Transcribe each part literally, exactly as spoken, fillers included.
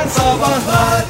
Sabahlar.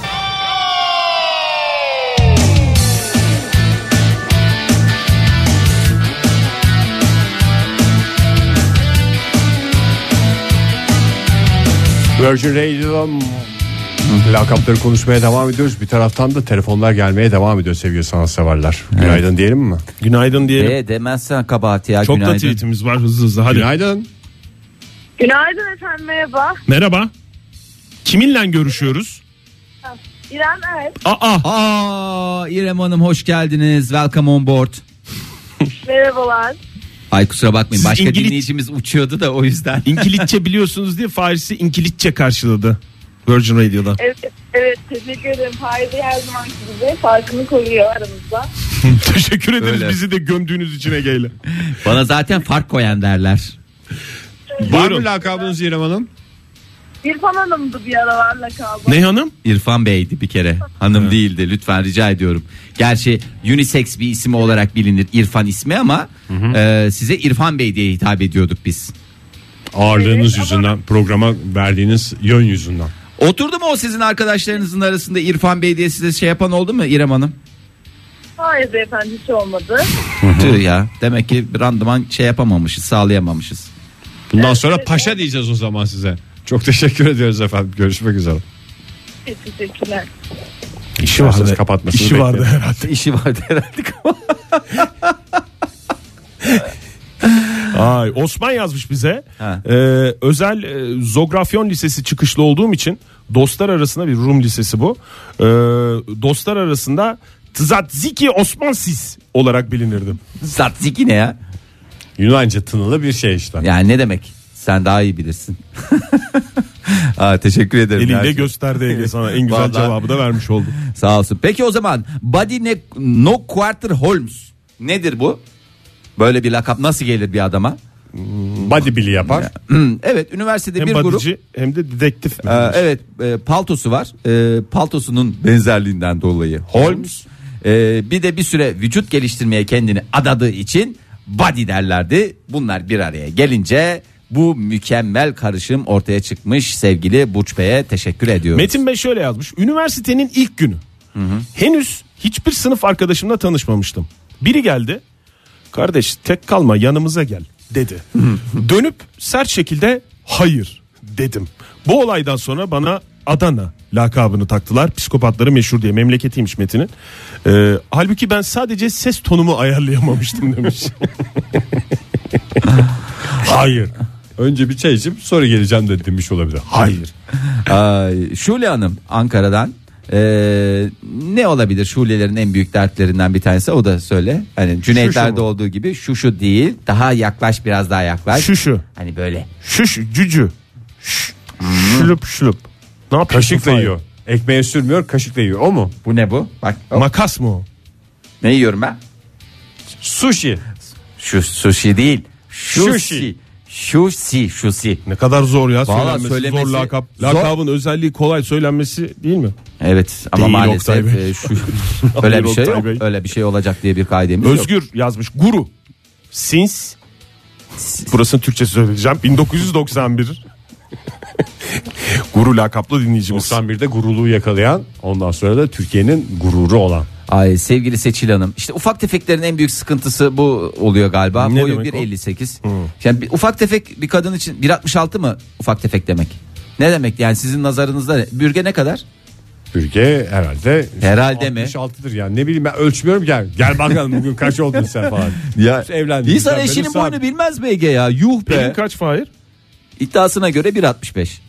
Virgin Radio'dan lakapları konuşmaya devam ediyoruz. Bir taraftan da telefonlar gelmeye devam ediyor sevgili sanatseverler. Günaydın evet. Diyelim mi? Günaydın diyelim. E, demezsen kabahati ya. Çok günaydın. da tweetimiz var, hızlı hızlı. Hadi. Günaydın. Günaydın efendim, merhaba. Merhaba. Kiminle görüşüyoruz? İrem Er. Aa. Aa, İrem Hanım hoş geldiniz. Welcome on board. Merhabalar. Ay kusura bakmayın. Siz Başka İngiliz... dinleyicimiz uçuyordu da o yüzden. İngilizce biliyorsunuz diye Faris'i İngilizce karşıladı Virgin Radio'da. Evet, evet teşekkür ederim. Hayri her zamanki gibi farkını koruyor aramızda. Teşekkür ederiz Öyle. Bizi de gömdüğünüz için Ege'yle. Bana zaten fark koyan derler. Var mı lakabınız İrem Hanım? İrfan Hanım'dı bir aralar lakabı. Ne hanım? İrfan Bey'di bir kere. Hanım Evet. değildi, lütfen rica ediyorum. Gerçi unisex bir isim olarak bilinir İrfan ismi ama e, size İrfan Bey diye hitap ediyorduk biz. Ağırlığınız Evet, yüzünden, ama... programa verdiğiniz yön yüzünden. Oturdu mu o sizin arkadaşlarınızın arasında İrfan Bey diye size şey yapan oldu mu İrem Hanım? Hayır beyefendi, hiç olmadı. Tüh ya, demek ki randıman şey yapamamışız, sağlayamamışız. Bundan Evet, sonra evet. paşa diyeceğiz o zaman size. Çok teşekkür ediyoruz efendim. Görüşmek üzere. Teşekkürler. İşi vardı. Kapatmasını İşi vardı bekliyorum. herhalde. İşi vardı herhalde. Ay, Osman yazmış bize. Ha. Ee, özel e, Zografyon Lisesi çıkışlı olduğum için dostlar arasında, bir Rum lisesi bu. Ee, dostlar arasında Tzatziki Osmansiz olarak bilinirdim. Zatziki ne ya? Yunanca tınılı bir şey işte. Yani ne demek? Sen daha iyi bilirsin. Aa, teşekkür ederim. Eliyle Gerçekten. gösterdi Ege sana, en güzel Vallahi. cevabı da vermiş oldu. Sağ olsun. Peki o zaman Buddy ne, No Quarter Holmes nedir bu? Böyle bir lakap nasıl gelir bir adama? Body Billy yapar. Evet, üniversitede Hem bir grup. badici hem de dedektif. Ee, evet, e, paltosu var. E, paltosunun benzerliğinden dolayı Holmes. E, bir de bir süre vücut geliştirmeye kendini adadığı için Buddy derlerdi. Bunlar bir araya gelince bu mükemmel karışım ortaya çıkmış. Sevgili Burç Bey'e teşekkür ediyoruz. Metin Bey şöyle yazmış. Üniversitenin ilk günü. Hı hı. Henüz hiçbir sınıf arkadaşımla tanışmamıştım. Biri geldi. Kardeş tek kalma, yanımıza gel dedi. Dönüp sert şekilde hayır dedim. Bu olaydan sonra bana Adana lakabını taktılar. Psikopatları meşhur diye, memleketiymiş Metin'in. Ee, halbuki ben sadece ses tonumu ayarlayamamıştım demiş. Hayır. Önce bir çay içip sonra geleceğim de demiş olabilir. Hayır. Ay, Şule Hanım Ankara'dan. Ee, ne olabilir Şule'lerin en büyük dertlerinden bir tanesi, o da söyle. Hani Cüneyt'lerde olduğu gibi şu şu değil, daha yaklaş, biraz daha yaklaş. Şu şu. Hani böyle. Şu şu cücü. Ş- şulup şulup. Ne yapıyorsun? Kaşıkla Fahir? yiyor. Ekmeğe sürmüyor, kaşıkla yiyor. O mu? Bu ne bu? Bak. hop. Makas mı o? Ne yiyorum ben? Sushi. Şu sushi değil. Sushi. Şusi. Şusi. Şusi. Ne kadar zor ya, Vallahi söylenmesi, söylemesi zor lakap. zor. Lakabın özelliği kolay, söylenmesi değil mi? Evet ama Değil maalesef Oktay Bey. e, şu öyle bir şey Oktay yok. Bey. Öyle bir şey olacak diye bir kaidemiz yok. Özgür yazmış. Guru. Since. Burasını Türkçe söyleyeceğim. bin dokuz yüz doksan bir. Guru lakaplı dinleyicimiz. doksan birde gururluğu yakalayan, ondan sonra da Türkiye'nin gururu olan. Ay sevgili Seçil Hanım, işte ufak tefeklerin en büyük sıkıntısı bu oluyor galiba. Ne Boyu demek bir o? elli sekiz. Yani bir, ufak tefek bir kadın için bir altmış altı mı ufak tefek demek? Ne demek yani sizin nazarınızda ne? Bürge ne kadar? Bürge herhalde Herhalde mi? altmış altıdır yani, ne bileyim ben ölçmüyorum, gel. Gel bakalım bugün kaç oldun sen falan. Ya evlendin. İnsan eşinin boyunu bilmez mi Ege ya? Yuh be. Benim kaç Fahir? İddiasına göre bir altmış beş.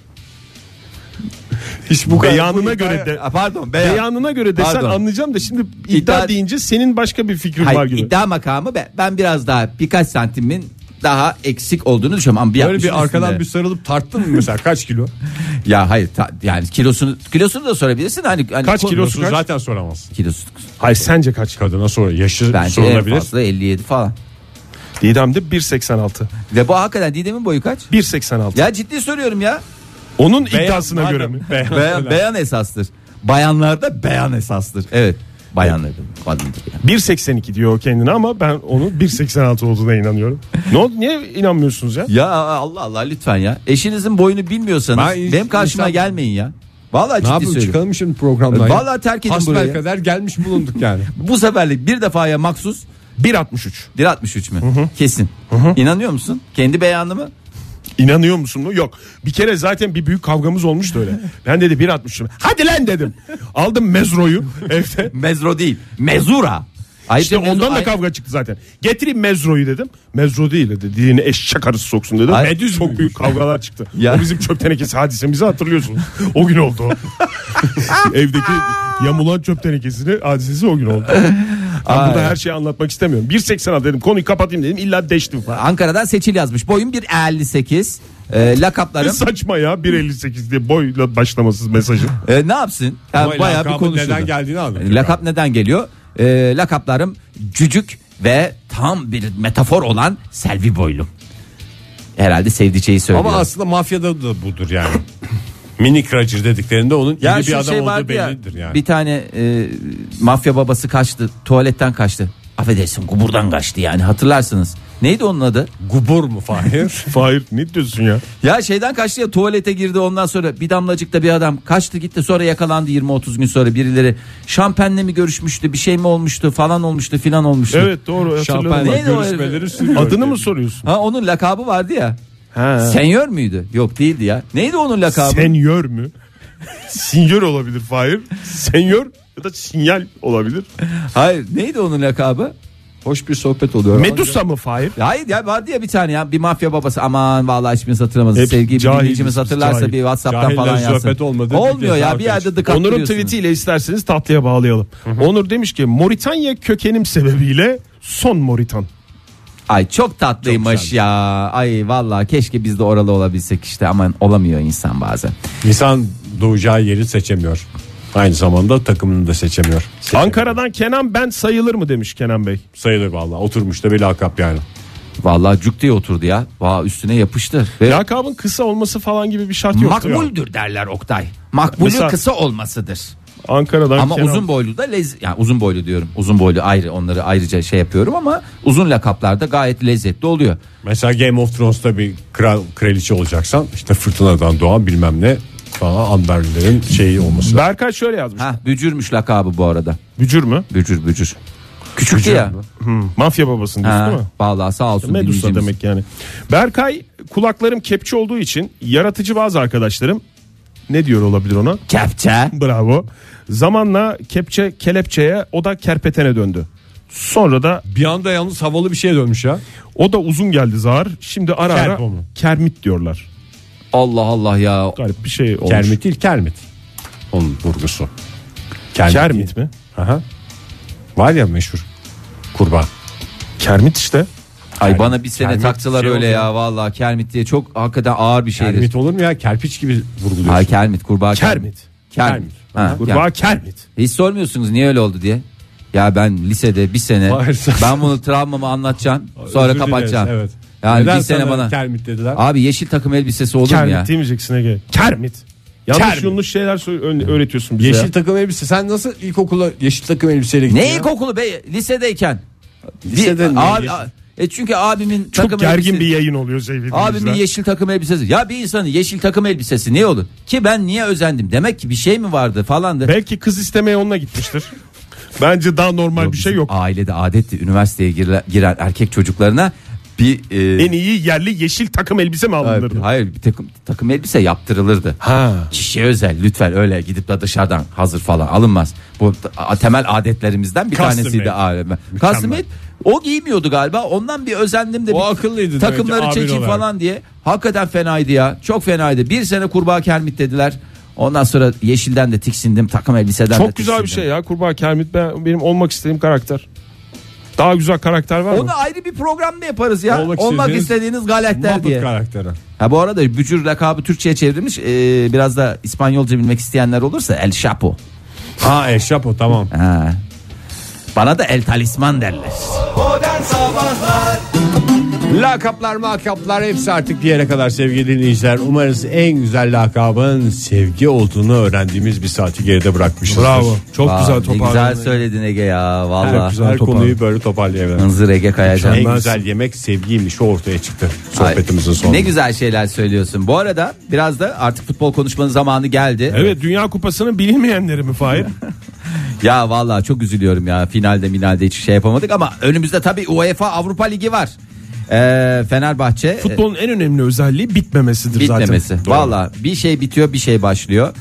Hiç bu Beyanına göre de. Aa, Pardon beyan. Beyanına göre desen Pardon. anlayacağım da şimdi iddia, İddia- deyince senin başka bir fikrin var Hayır, gibi. iddia makamı ben, ben biraz daha birkaç santimin daha eksik olduğunu düşünüyorum ama bir Böyle altmışın bir arkadan üstünde. bir sarılıp tarttın mı mesela, kaç kilo? Ya hayır ta- yani kilosunu kilosunu da sorabilirsin hani, hani Kaç ko- kilosu Kilosu kaç? zaten soramazsın. kilosu Hayır, sence kaç? Kadına sonra yaşı bence en sorulabilir. fazla elli yedi falan. Didem'de bir seksen altı. Ve bu hakikaten Didem'in boyu kaç? bir seksen altı. Ya ciddi soruyorum ya. Onun Beyan- iddiasına madem göre mi? beyan- Beyan, beyan esastır. Bayanlarda beyan esastır. Evet. Bayanlarda kadındır yani. bir seksen iki diyor o kendine ama ben onun bir seksen altı olduğuna inanıyorum. Ne oldu? Niye inanmıyorsunuz ya? Ya Allah Allah lütfen ya. Eşinizin boyunu bilmiyorsanız Ben benim karşıma insan- gelmeyin ya. Vallahi Ne ciddi yapalım, söylüyorum. çıkalım şimdi programdan. Vallahi terk edin Hasbel burayı. kadar gelmiş bulunduk yani. Bu seferlik bir defaya maksus bir altmış üç. bir altmış üç mü? Kesin. İnanıyor musun? Kendi beyanı mı? İnanıyor musun mu? Yok. Bir kere zaten bir büyük kavgamız olmuştu öyle. Ben dedi bir altmış üç. Hadi lan dedim. Aldım mezroyu evde. Mezro değil. Mezura. İşte Ayrıca ondan mezro- da kavga çıktı zaten. Getireyim mezroyu dedim. Mezro değil dedi. Dilini eşek arısı soksun dedim. Ay- Medüz çok büyük kavgalar çıktı. Ya. O bizim çöp tenekesi hadisemizi hatırlıyorsunuz. O gün oldu o. Evdeki yamulan çöp tenekesini hadisesi o gün oldu. Ben burada her şeyi anlatmak istemiyorum. bir seksen altı dedim, konuyu kapatayım dedim, illa deştim falan. Ankara'dan Seçil yazmış. Boyum bir elli sekiz. Ee, lakaplarım. Saçma ya, bir elli sekiz diye boyla başlamasız mesajı. Ee, ne yapsın? Yani Ama bayağı bir lakabın konuşuldu. neden geldiğini anlatıyor. Lakap neden geliyor? Ee, lakaplarım cücük ve tam bir metafor olan Selvi Boylum. Herhalde sevdiceği söylüyor. Ama aslında mafyada da budur yani. Minik Roger dediklerinde onun ya iyi bir şu adam şey olduğu vardı ya, bellidir yani. bir tane e, mafya babası kaçtı, tuvaletten kaçtı. Affedersin, kuburdan kaçtı yani, hatırlarsınız. Neydi onun adı? Gubur mu Fahir? Fahir ne diyorsun ya? Ya şeyden kaçtı ya, tuvalete girdi, ondan sonra bir damlacıkta bir adam kaçtı gitti, sonra yakalandı yirmi otuz gün sonra birileri. Şampenle mi görüşmüştü, bir şey mi olmuştu falan olmuştu filan olmuştu. Evet doğru hatırladım. Şampanla Neydi o görüşmeleri sürüyor. Adını mı soruyorsun? Ha, onun lakabı vardı ya. Ha. Senyör müydü? Yok, değildi ya. Neydi onun lakabı? Senyör mü? Sinyor olabilir Fahir. Senyör ya da sinyal olabilir. Hayır, neydi onun lakabı? Hoş bir sohbet oluyor. Medusa mı Fahir? Hayır ya, vardı ya bir tane ya, bir mafya babası, aman vallahi hiçbirimiz hatırlamaz. Hep Sevgili cahiliz, dinleyicimiz hatırlarsa cahil. bir WhatsApp'tan Cahiller falan yazsın. sohbet olmadı. Olmuyor Bir ya, kez bir yerde dık Onur'un attırıyorsun. tweetiyle isterseniz tatlıya bağlayalım. Onur demiş ki Moritanya kökenim sebebiyle son Moritan. Ay çok tatlıymış Çok ya. Ay vallahi keşke biz de oralı olabilsek işte, aman olamıyor insan bazen. İnsan doğacağı yeri seçemiyor. Aynı zamanda takımını da seçemiyor. Seçemiyor. Ankara'dan Kenan ben sayılır mı demiş Kenan Bey. Sayılır vallahi. Oturmuş da bir lakap yani. Vallahi cuk diye oturdu ya. Vay, üstüne yapıştı. Ve Lakabın kısa olması falan gibi bir şart yok. makbuldür derler Oktay. Makbulü Mesela- kısa olmasıdır. Ankara'dan Ama Kenan. uzun boylu da lez yani uzun boylu diyorum. Uzun boylu ayrı, onları ayrıca şey yapıyorum ama uzun lakaplarda gayet lezzetli oluyor. Mesela Game of Thrones'ta bir kral kraliçe olacaksan işte fırtınadan doğan bilmem ne falan Amberlilerin şeyi olması. Berkay şöyle yazmış. Ha, bücürmüş lakabı bu arada. Bücür mü? Bücür bücür. Küçüktü ya. Hmm, mafya babasın diyorsun değil mi? Ha, vallahi sağ olsun Medusa dinleyicimiz. demek yani. Berkay kulaklarım kepçe olduğu için yaratıcı bazı arkadaşlarım ne diyor olabilir ona? Kepçe. Bravo. Zamanla kepçe kelepçeye, o da kerpetene döndü. Sonra da Bir anda yalnız havalı bir şeye dönmüş ya. o da uzun geldi zar. Şimdi ara ara Kerpo mu? kermit diyorlar. Allah Allah ya. Garip bir şey olmuş. Kermit değil Kermit. Onun vurgusu. Kermit mi? Aha. Var ya meşhur kurbağa. Kermit işte. Ay bana bir sene Kermit taktılar şey öyle oldu. ya, vallahi kermit diye çok hakikaten ağır bir şeydir. Kermit olur mu ya? Kerpiç gibi vurguluyorsun. Hayır, kermit, kurbağa Kermit. Kermit. Kermit. Ha, Kurbağa kermit. Hiç sormuyorsunuz niye öyle oldu diye. Ya ben lisede bir sene Hayır, sen- ben bunu travmamı anlatacağım, sonra Özür dileriz, kapatacağım. Evet. Yani Neden bir sene sana bana Kermit dediler? abi yeşil takım elbisesi olur mu Kermit ya? demeyeceksin Ege. Kermit. Yanlış Kermit. yanlış şeyler sö- öğretiyorsun bize. Yeşil ya. takım elbise. Sen nasıl ilkokula yeşil takım elbiseyle gittin Ne ya? ilkokulu be, lisedeyken. Lisede Bir- ne abi, yeşil? e çünkü abimin Çok takım gergin elbisesi, bir yayın oluyor sevgili abimin dinleyiciler. yeşil takım elbisesi. Ya bir insanın yeşil takım elbisesi ne olur? Ki ben niye özendim? Demek ki bir şey mi vardı falandı. Belki kız istemeye onunla gitmiştir. Bence daha normal bir şey yok. Ailede adetti üniversiteye giren, giren erkek çocuklarına bir e, En iyi yerli yeşil takım elbise mi hayır, alınırdı? hayır bir takım takım elbise yaptırılırdı. Ha. Kişiye özel, lütfen öyle gidip de dışarıdan hazır falan alınmaz. Bu a- temel adetlerimizden bir Custom tanesiydi. made. Aa, Custom made. O giymiyordu galiba. Ondan bir özendim de O bir akıllıydı demek takımları ki, abin çekeyim olarak. falan diye. Hakikaten fenaydı ya. Çok fenaydı. Bir sene kurbağa kermit dediler. Ondan sonra yeşilden de tiksindim, takım elbiseden de Çok güzel bir tiksindim. şey ya kurbağa kermit, ben, benim olmak istediğim karakter. Daha güzel karakter var mı? Onu ayrı bir programda yaparız ya. Olmak Olmak, istediğiniz istediğiniz galakter Muppet diye. karakteri. Ha bu arada bücür lakabı Türkçe'ye çevrilmiş. Ee, biraz da İspanyolca bilmek isteyenler olursa El Chapo. Ha eşyap o tamam. Ha. Bana da El Talisman derler. Modern Sabahlar Lakaplar makaplar hepsi artık bir yere kadar sevgili dinleyiciler. Umarız en güzel lakabın sevgi olduğunu öğrendiğimiz bir saati geride bırakmışızdır. Bravo. Çok Aa, güzel ne toparladın. güzel söyledin Ege ya. Her, Valla. güzel her toparladın. konuyu böyle toparlayabilirim. Hınzır Ege Kayacan. En güzel yemek sevgiymiş, o ortaya çıktı sohbetimizin sonunda. Ne güzel şeyler söylüyorsun. Bu arada biraz da artık futbol konuşmanın zamanı geldi. Evet, Dünya Kupası'nın bilinmeyenleri mi Fahir? Ya vallahi çok üzülüyorum ya. Finalde minalde hiç şey yapamadık ama önümüzde tabii UEFA Avrupa Ligi var. Ee, Fenerbahçe Futbolun en önemli özelliği bitmemesidir bitmemesi. zaten. Valla bir şey bitiyor, bir şey başlıyor.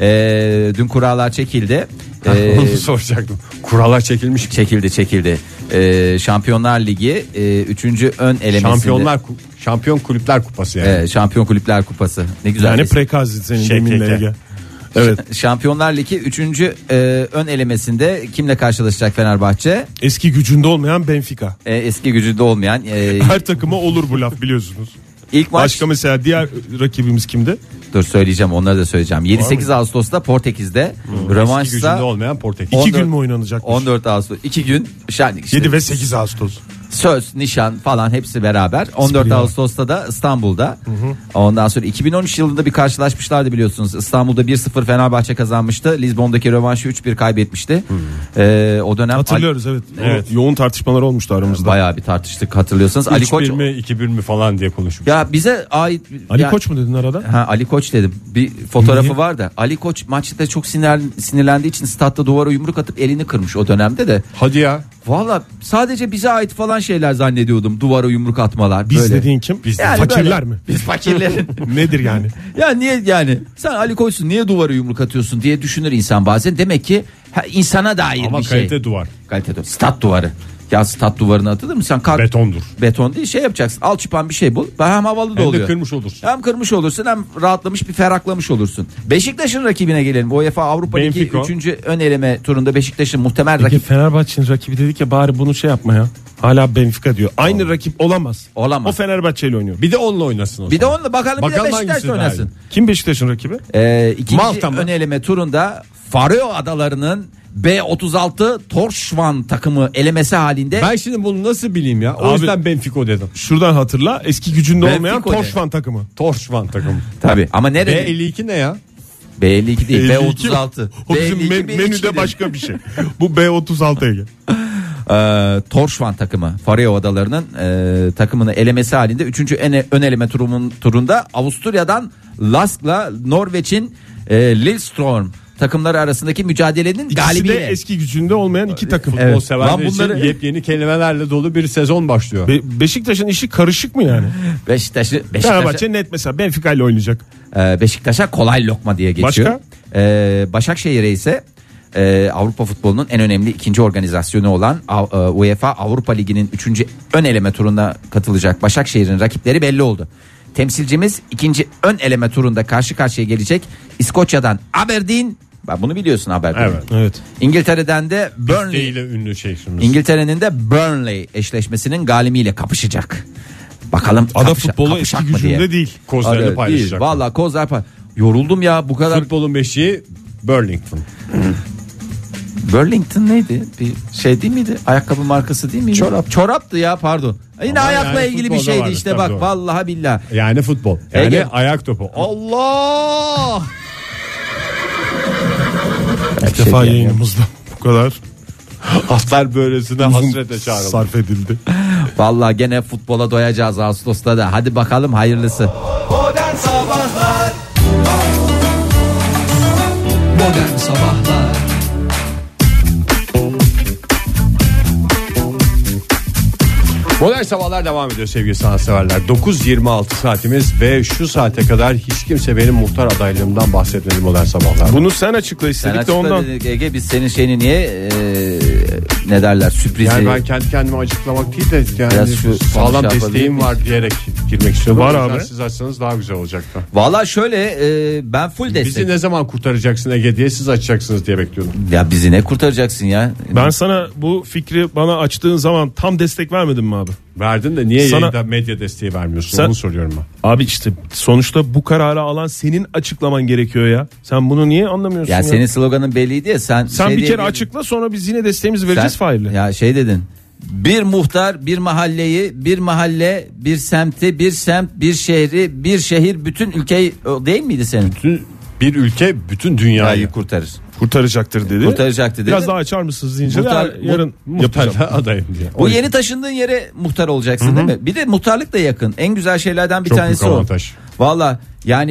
Ee, dün kurallar çekildi. Ee, Onu soracaktım. Kurallar çekilmiş. çekildi çekildi. Ee, Şampiyonlar Ligi üçüncü ön elemesinde. Şampiyonlar Şampiyon Kulüpler Kupası yani. Ee, Şampiyon Kulüpler Kupası. Ne güzel. Yani isim. prekazi senin Şey, deminle keke. Ege. Evet. Şampiyonlar Ligi üçüncü e, ön elemesinde kimle karşılaşacak Fenerbahçe? Eski gücünde olmayan Benfica. E, eski gücünde olmayan. E, Her takıma olur bu laf, biliyorsunuz. ilk maç. Başka mesela diğer rakibimiz kimdi? Dur söyleyeceğim, onları da söyleyeceğim. yedi sekiz Ağustos'ta Portekiz'de. Eski gücünde Rövanşta olmayan Portekiz. İki on dört gün mü oynanacakmış? on dört Ağustos. iki gün. Yani işte yedi ve sekiz Ağustos. söz, nişan falan hepsi beraber. on dört ya. Ağustos'ta da İstanbul'da. Ondan sonra iki bin on üç yılında bir karşılaşmışlardı biliyorsunuz. İstanbul'da bir sıfır Fenerbahçe kazanmıştı. Lizbon'daki rövanşı üç bir kaybetmişti. Ee, o dönem Hatırlıyoruz, evet. Evet. O yoğun tartışmalar olmuştu aramızda. bayağı bir tartıştık, hatırlıyorsanız. Ali üç Koç bir mi iki bir mi falan diye konuşmuş. ya bize ait Ali ya- Koç mu dedin arada? Ha, Ali Koç dedim. Bir fotoğrafı Niye? var da Ali Koç maçta çok sinir, sinirlendiği için statta duvara yumruk atıp elini kırmış o dönemde de. Hadi ya. Valla sadece bize ait falan şeyler zannediyordum. Duvara yumruk atmalar. Biz böyle. dediğin kim? Biz Yani Fakirler böyle. mi? Biz fakirlerin. Nedir yani? Ya niye yani sen Ali Koç'sun niye duvara yumruk atıyorsun diye düşünür insan bazen. Demek ki ha, insana dair Ama bir şey. kalite duvar. Kalite duvar. Stat duvarı. Ya stat duvarına atılır mı? Sen kar... Betondur. Beton değil, şey yapacaksın. Alçıpan bir şey bul. Hem havalı da Hem de oluyor. kırmış olursun. Hem kırmış olursun hem rahatlamış bir ferahlamış olursun. Beşiktaş'ın rakibine gelelim. UEFA Avrupa Ligi Benfica. üçüncü ön eleme turunda Beşiktaş'ın muhtemel Peki rakip Fenerbahçe'nin rakibi dedik ya, bari bunu şey yapma ya. Hala Benfica diyor. Aynı rakip olamaz. Olamaz. O Fenerbahçe ile oynuyor. Bir de onunla oynasın o bir de zaman. onunla bakalım, Bakalım bir de Beşiktaş hangisi daha oynasın. Kim Beşiktaş'ın rakibi? Ee, ikinci Malta mı? ön eleme turunda Faroe Adaları'nın B otuz altı Torshavn takımı elemesi halinde. Ben şimdi bunu nasıl bileyim ya? O Abi- yüzden Benfica dedim. Şuradan hatırla, eski gücünde Benfica olmayan ne? Torşvan takımı. Torşvan takımı. Tabii ama B nerede? elli iki ne ya? B elli iki değil, B otuz altı. O bizim B elli iki, men- B elli iki menüde değil. başka bir şey. Bu B otuz altı Ege. Ee, Torshavn takımı Faroe Adaları'nın e, takımını elemesi halinde üçüncü ene, ön eleme turunun, turunda Avusturya'dan Lask'la Norveç'in e, Lillestrøm takımları arasındaki mücadelenin İkisi galibiyle. de eski gücünde olmayan iki takım. Evet. O severler Lan bunları- için yepyeni kelimelerle dolu bir sezon başlıyor. Be- Beşiktaş'ın işi karışık mı yani? Beşiktaş'ı Beşiktaş'a, Fenerbahçe net mesela Benfica ile oynayacak. e, Beşiktaş'a kolay lokma diye geçiyor. Başka? E, Başakşehir'e ise e, Avrupa futbolunun en önemli ikinci organizasyonu olan Av- e, UEFA Avrupa Ligi'nin üçüncü ön eleme turuna katılacak Başakşehir'in rakipleri belli oldu. Temsilcimiz ikinci ön eleme turunda karşı karşıya gelecek İskoçya'dan Aberdeen. Ben bunu biliyorsun, Aberdeen. Evet. Evet. İngiltere'den de Burnley. Burnley ile ünlü şey şimdi. İngiltere'nin de Burnley eşleşmesinin galibiyle kapışacak. Bakalım Ada kapışa- futbolu kapışak eski mı diye. gücünde değil. Kozlarını Ada değil. paylaşacak. Vallahi kozlar pay- Yoruldum ya bu kadar. Futbolun beşiği Burlington. Burlington neydi? Bir şey değil miydi? Ayakkabı markası değil miydi? Çorap. Çoraptı ya, pardon. Yine Ama ayakla yani ilgili bir futbolda şeydi vardı, işte tabii bak doğru. vallahi billahi. Yani futbol. Yani Ege- ayak topu. Allah! İlk Şey defa diyeyim ya. yayınımızda bu kadar Atlar böylesine uzun hasrete çağrıldı. sarf edildi. Vallahi gene futbola doyacağız Ağustos'ta da. Hadi bakalım hayırlısı. Modern Sabahlar Modern Sabahlar Modern Sabahlar devam ediyor sevgili sanatseverler. dokuz yirmi altı saatimiz ve şu saate kadar hiç kimse benim muhtar adaylığımdan bahsetmedi Modern Sabahlar. Bunu sen açıkla Sen istedik de açıkla ondan. dedik Ege, biz senin şeyini niye e, ne derler sürprizi. Yani ben kendi kendime açıklamak değil de yani Biraz şu sağlam konuş yapabilir desteğim miyiz? var diyerek girmek istiyorum. Var O yüzden abi. Siz açsanız daha güzel olacaktı. Valla şöyle e, ben full destek. Bizi ne zaman kurtaracaksın Ege diye siz açacaksınız diye bekliyordum. Ya bizi ne kurtaracaksın ya? Ben sana bu fikri bana açtığın zaman tam destek vermedim mi abi? Verdin de niye Sana- yayında medya desteği vermiyorsun Sen- onu soruyorum ben. Abi işte sonuçta bu kararı alan senin açıklaman gerekiyor ya. Sen bunu niye anlamıyorsun Ya ya? senin sloganın belliydi ya sen. Sen şey bir diye- kere açıkla, sonra biz yine desteğimizi vereceğiz Sen- Fahir'le. Ya şey dedin. Bir muhtar bir mahalleyi, bir mahalle bir semti, bir semt bir şehri, bir şehir bütün ülkeyi, o değil miydi senin? Bütün, bir ülke bütün dünyayı Dünyayı kurtarır. Kurtaracaktır dedi. Kurtaracaktır dedi. Biraz daha açar mısınız deyince Muhtar- de yarın yapacağım. muhtarla adayım diye. Bu yeni taşındığın yere muhtar olacaksın. Hı-hı. değil mi? Bir de muhtarlık da yakın. En güzel şeylerden bir Çok tanesi büyük o. avantaj. Valla yani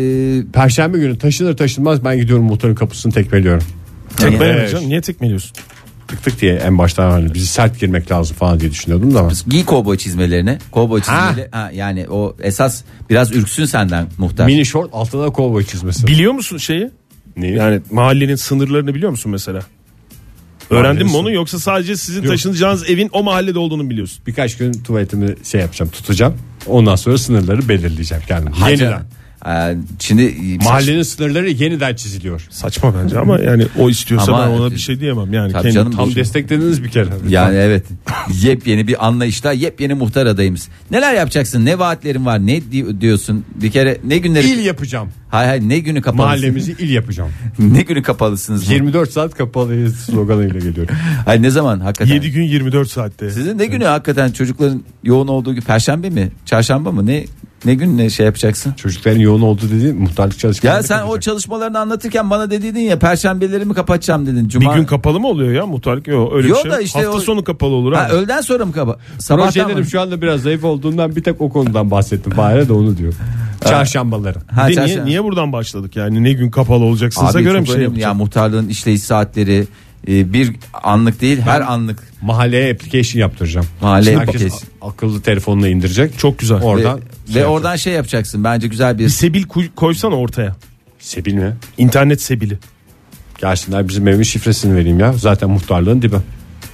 e, Perşembe günü taşınır taşınmaz ben gidiyorum muhtarın kapısını tekmeliyorum. Tekmeleyemeyeceğim. Evet. Niye tekmeliyorsun? Tık tık diye en baştan hani bizi sert girmek lazım falan diye düşünüyordum da ama. giy kovboy çizmelerini. Kovboy çizmeli. Ha, yani o esas biraz ürksün senden muhtar. Mini short altına kovboy çizmesi. Biliyor musun şeyi? Neyi? Yani mahallenin sınırlarını biliyor musun mesela? Öğrendin mi Mahallenin onu yoksa sadece sizin Yok. taşınacağınız evin o mahallede olduğunu biliyorsun? Birkaç gün tuvaletimi şey yapacağım, tutacağım. Ondan sonra sınırları belirleyeceğim kendim. Hacı. Yeniden. Ee, şimdi Mahallenin sınırları yeniden çiziliyor. Saçma bence ama yani o istiyorsa Ama- ben ona bir şey diyemem. Yani Tabii kendi canım, Tam Tam desteklediniz bir kere. yani evet yepyeni bir anlayışta yepyeni muhtar adayımız. Neler yapacaksın? Ne vaatlerin var? Ne di- diyorsun? Bir kere ne günleri? İl yapacağım. Hayır hayır ne günü kapalısın? Mahallemizi il yapacağım. ne günü kapalısınız? yirmi dört saat kapalıyız sloganıyla geliyorum. Hayır ne zaman hakikaten? yedi gün yirmi dört saatte. Sizin ne günü hakikaten çocukların yoğun olduğu gün? Perşembe mi? Çarşamba mı? Ne ne gün ne şey yapacaksın? Çocukların yoğun olduğu dediğin muhtarlık çalışmaları. Ya sen o çalışmalarını anlatırken bana dediydin ya perşembeleri mi kapatacağım dedin. Cuma... Bir gün kapalı mı oluyor ya muhtarlık? Yok öyle Yok bir şey. da işte Hafta o- sonu kapalı olur Ha, abi. öğleden sonra mı kapa? Sabahtan Projelerim mı? şu anda biraz zayıf olduğundan bir tek o konudan bahsettim. Fahre de onu diyor. Çarşambaları. Ha, Bir de niye, çarşamba. niye buradan başladık yani ne gün kapalı olacaksınıza Abi göre mi çok şey önemli ya, yapacağız? muhtarlığın işleyiş saatleri e, bir anlık değil her anlık. Mahalleye application yaptıracağım. Mahalle Şimdi herkes application. akıllı telefonla indirecek. Çok güzel. Oradan Ve, şey ve oradan şey yapacaksın bence güzel Bir bir sebil koy- koysana ortaya. Sebil mi? İnternet sebili. Gelsinler bizim evin şifresini vereyim ya. Zaten muhtarlığın dibi.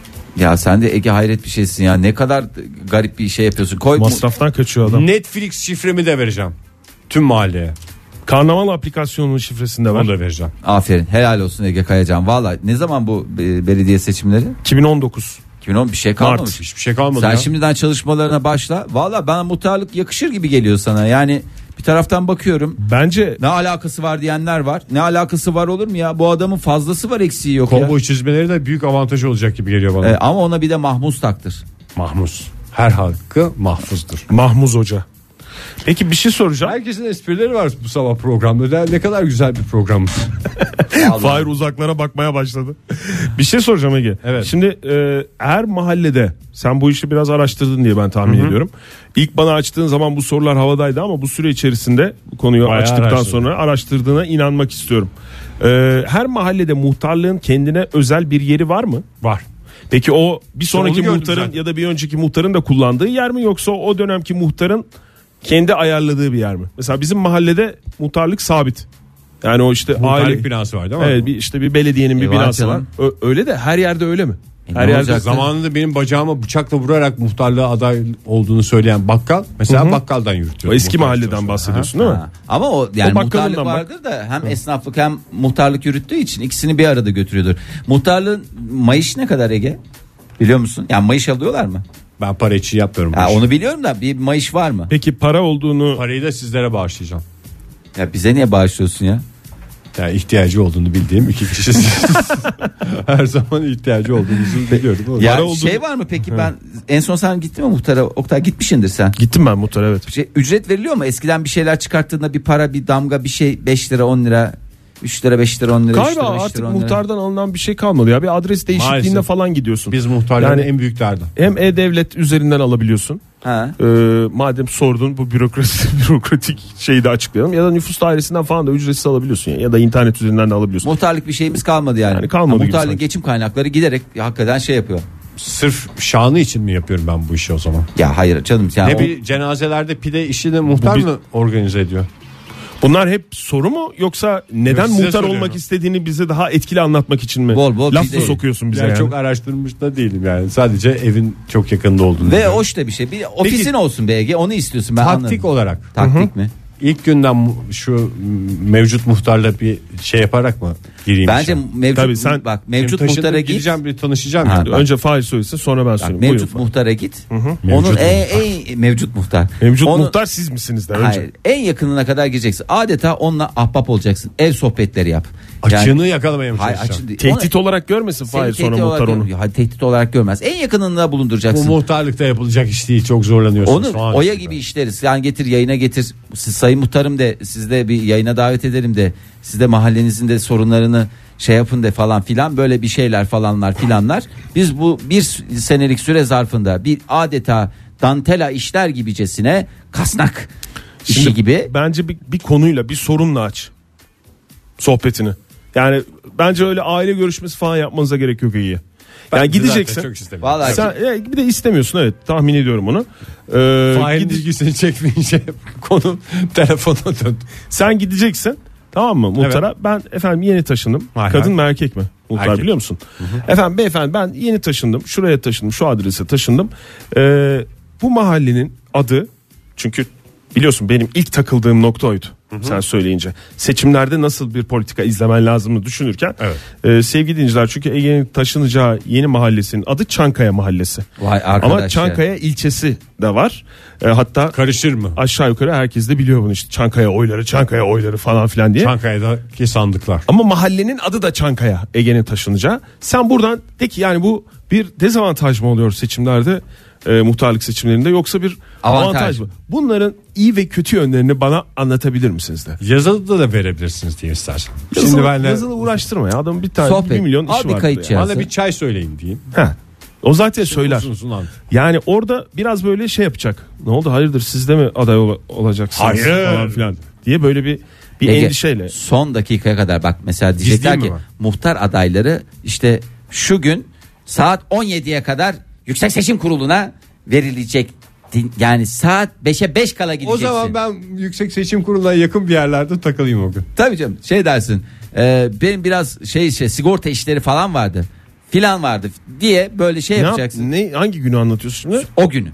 ya sen de Ege hayret bir şeysin ya, ne kadar garip bir şey yapıyorsun. Koy Masraftan kaçıyor adam. Netflix şifremi de vereceğim. Tüm mahalleye. Karnaval aplikasyonunun şifresinde var. Onu da vereceğim. Aferin, helal olsun Ege Kayacan. Valla ne zaman bu e, belediye seçimleri? iki bin on dokuz. iki bin on bir şey kalmamış. Mart. Hiçbir şey kalmadı Sen ya. şimdiden çalışmalarına başla. Valla bana muhtarlık yakışır gibi geliyor sana. Yani bir taraftan bakıyorum. Bence Ne alakası var diyenler var. Ne alakası var olur mu ya? Bu adamın fazlası var, eksiği yok ya. Kovboy çizmeleri de büyük avantaj olacak gibi geliyor bana. E, ama ona bir de mahmuz taktır. Mahmuz. Her hakkı mahfuzdur. Mahmuz Hoca. Peki bir şey soracağım. Herkesin esprileri var bu sabah programda. Ne kadar güzel bir program. Fahir uzaklara bakmaya başladı. Bir şey soracağım Ege. Evet. Şimdi e, her mahallede sen bu işi biraz araştırdın diye ben tahmin ediyorum. İlk bana açtığın zaman bu sorular havadaydı ama bu süre içerisinde bu konuyu Bayağı açtıktan araştırdım. sonra araştırdığına inanmak istiyorum. E, her mahallede muhtarlığın kendine özel bir yeri var mı? Var. Peki o bir sonraki onu gördüm muhtarın zaten. ya da bir önceki muhtarın da kullandığı yer mi yoksa o dönemki muhtarın kendi ayarladığı bir yer mi? Mesela bizim mahallede muhtarlık sabit. Yani o işte Muhtarlık aile binası var değil mi? Evet, bir işte bir belediyenin bir E, var binası var. canım. Ö- öyle de her yerde öyle mi? E, her ne yerde olacak? Zamanında benim bacağıma bıçakla vurarak muhtarlığa aday olduğunu söyleyen bakkal mesela bakkaldan yürütüyor. o eski mahalleden bahsediyorsun değil mi? Ha. Ama o yani O bakkalından muhtarlık bak. vardır da hem esnaflık hem muhtarlık yürüttüğü için ikisini bir arada götürüyordur. Muhtarlığın mayış ne kadar Ege? Biliyor musun? Yani mayış alıyorlar mı? Ben para için yapmıyorum. bu Ha, işi. onu biliyorum da bir mayış var mı? Peki para olduğunu Parayı da sizlere bağışlayacağım. Ya bize niye bağışlıyorsun ya? Yani ihtiyacı olduğunu bildiğim iki kişisiniz. Her zaman ihtiyacı olduğunuzu biliyorum. O Ya Para oldu- şey var mı peki, ben en son sen gittin mi muhtara? Oktay gitmişsindir sen. gittim ben muhtar evet. Şey, ücret veriliyor mu? Eskiden bir şeyler çıkarttığında bir para, bir damga, bir şey beş lira on lira, üç lira beş lira on lira, üç Galiba lira beş artık lira on lira. muhtardan alınan bir şey kalmadı ya. Bir adres değişikliğinde Maalesef. falan gidiyorsun. Biz muhtarların Yani- en büyük derdi. Hem e-devlet üzerinden alabiliyorsun. Ha. Ee, madem sordun bu bürokrasi bürokratik şeyi de açıklayalım. Ya da nüfus dairesinden falan da ücretsiz alabiliyorsun. Ya, ya da internet üzerinden de alabiliyorsun. Muhtarlık bir şeyimiz kalmadı yani. Yani kalmadı Ha, gibi muhtarlığın sanki. geçim kaynakları giderek hakikaten şey yapıyor. Sırf şanı için mi yapıyorum ben bu işi o zaman? Ya hayır canım ya. Ne o- bir cenazelerde pide işini muhtar Bu bir- mı organize ediyor? Bunlar hep soru mu yoksa neden Yok, size muhtar soruyorum. olmak istediğini bize daha etkili anlatmak için mi? Bol bol Laf bir mı de- sokuyorsun bize Yani yani? çok araştırmış da değilim yani. Sadece evin çok yakında olduğunu. Ve biliyorum. hoş da bir şey. Bir ofisin olsun B G, onu istiyorsun ben taktik anladım. olarak Taktik mi? ilk günden mu- şu mevcut muhtarla bir şey yaparak mı gireyim? Bence işe? mevcut Tabii sen- bak mevcut Hem muhtara taşındım, git. gideceğim bir tanışacağım. Ha, yani. bak. Önce Fahir söylesin sonra ben Bak, söyleyeyim. mevcut Buyurun. muhtara git. Onun Mevcut en, en mevcut muhtar. Mevcut Onun- muhtar siz misiniz de önce? Hayır, en yakınına kadar gireceksin. Adeta onunla ahbap olacaksın. Ev sohbetleri yap. Açığını yakalamaya mı Hayır, çalışacağım? açın değil. Tehdit Onu- olarak görmesin seni Fahir sonra tehdit muhtar olarak onu. gör- Hayır, tehdit olarak görmez. En yakınında Bu bulunduracaksın. muhtarlıkta yapılacak iş değil, çok zorlanıyorsunuz. Onu falan. oya gibi işleriz. Yani getir yayına getir. Siz sayın muhtarım de siz de bir yayına davet ederim de siz de mahallenizin de sorunlarını şey yapın de falan filan böyle bir şeyler falanlar filanlar. Biz bu bir senelik süre zarfında bir adeta dantela işler gibicesine kasnak işi Şimdi gibi. Bence bir, bir konuyla bir sorunla aç sohbetini. Yani bence öyle aile görüşmesi falan yapmanıza gerek yok iyi. Ben Yani de zaten gideceksin. çok istemiyorum. Vallahi Sen e, bir de istemiyorsun evet tahmin ediyorum onu. Ee, Fahir'in gide- ilgisini çekmeyince konu telefona döndü. sen gideceksin tamam mı muhtara ben efendim yeni taşındım. Hay Kadın hay. mı erkek mi? Muhtar Erkek. biliyor musun? Efendim beyefendi ben yeni taşındım şuraya taşındım şu adrese taşındım. Ee, bu mahallenin adı çünkü biliyorsun benim ilk takıldığım nokta oydu. Sen söyleyince seçimlerde nasıl bir politika izlemen lazımını düşünürken Evet. e, sevgili dinleyiciler çünkü Ege'nin taşınacağı yeni mahallesinin adı Çankaya Mahallesi. Vay arkadaş Ama ya. Çankaya ilçesi de var. E, hatta Karışır mı? aşağı yukarı herkes de biliyor bunu işte Çankaya oyları Çankaya oyları falan filan diye. Çankaya'daki sandıklar. Ama mahallenin adı da Çankaya Ege'nin taşınacağı. Sen buradan de ki yani bu bir dezavantaj mı oluyor seçimlerde e, muhtarlık seçimlerinde yoksa bir Avantaj. avantaj mı? Bunların iyi ve kötü yönlerini bana anlatabilir misiniz de? Yazılı da verebilirsiniz diye istersen. Yazılı, Şimdi benle yazılı uğraştırma ya adamın bir tane Sohbet. bir milyon Al işi bir var. kayıt burada cihazı. ya. bana bir çay söyleyin diyeyim. Heh. O zaten söyler. Uzun uzun anlat. Yani orada biraz böyle şey yapacak. Ne oldu hayırdır siz de mi aday ol- olacaksınız Hayır. falan filan diye böyle bir bir Ege, endişeyle. son dakikaya kadar bak mesela diyecekler mi ki var? muhtar adayları işte şu gün saat on yediye kadar Yüksek Seçim Kurulu'na verilecek. Din- Yani saat beşe beş kala gideceksin. O zaman ben Yüksek Seçim Kurulu'na yakın bir yerlerde takılayım o gün. Tabii canım şey dersin e, benim biraz şey şey sigorta işleri falan vardı filan vardı diye böyle şey Ne, yap- yapacaksın ne hangi günü anlatıyorsun şimdi? o günü.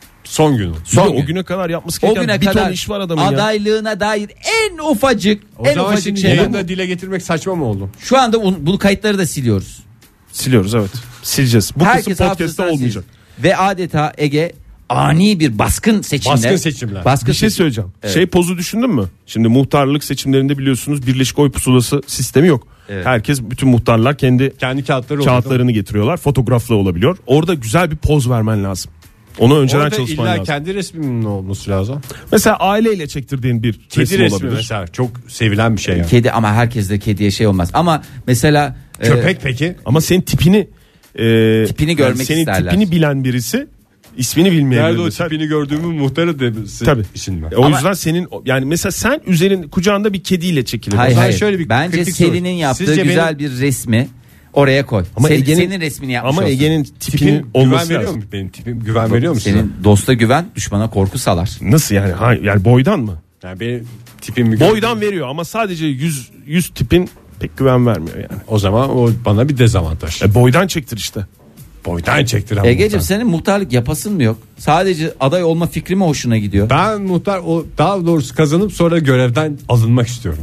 Son günü. Son Son o gün. güne kadar yapması O gereken güne bir kadar ton iş var adamın ya. adaylığına dair en ufacık O en zaman ufacık şimdi şey. yayında dile getirmek saçma mı oldu? Şu anda un- bu kayıtları da siliyoruz. Siliyoruz evet. Sileceğiz. Bu Herkes kısım podcast'ta hafızasından olmayacak. sil. Ve adeta Ege ani bir baskın seçimle. Baskın seçimler. Baskın Bir şey seçim- söyleyeceğim. Evet. Şey pozu düşündün mü? Şimdi muhtarlık seçimlerinde biliyorsunuz birleşik oy pusulası sistemi yok. Evet. Herkes bütün muhtarlar kendi Kendi kağıtları oldu. kağıtlarını getiriyorlar. Fotoğraflı olabiliyor. Orada güzel bir poz vermen lazım. Onu önceden Orada çalışman illa lazım. kendi resminin olması lazım. Mesela aileyle çektirdiğin bir Kedi resim resmi olabilir. mesela çok sevilen bir şey yani. Kedi ama herkes de kediye şey olmaz. Ama mesela e, Köpek peki? Ama senin tipini e, Tipini görmek senin isterler. tipini bilen birisi ismini bilmeyebilir. Nerede o mesela. tipini gördüğümü muhtarı demesi Tabii. için mi? O Ama- yüzden senin yani mesela sen üzerin kucağında bir kediyle çekilir. hayır, zaman hayır. şöyle bir Bence kritik soru. Selin'in yaptığı Sizce güzel bir resmi oraya koy. Ama Senin, Ege'nin- senin resmini yapmış Ama olsun. Ege'nin tipinin Tipin güven olması veriyor lazım. mu? Benim tipim güven veriyor mu size? Senin dosta güven, düşmana korku salar. Nasıl yani? Ha, yani boydan mı? Yani benim tipim bir Boydan veriyor ama sadece yüz yüz tipin pek güven vermiyor yani. O zaman o bana bir dezavantaj. E, boydan çektir işte. Boydan çektir ama. Ege'cim senin muhtarlık yapasın mı yok? Sadece aday olma fikri mi hoşuna gidiyor? Ben muhtar o daha doğrusu kazanıp sonra görevden alınmak istiyorum.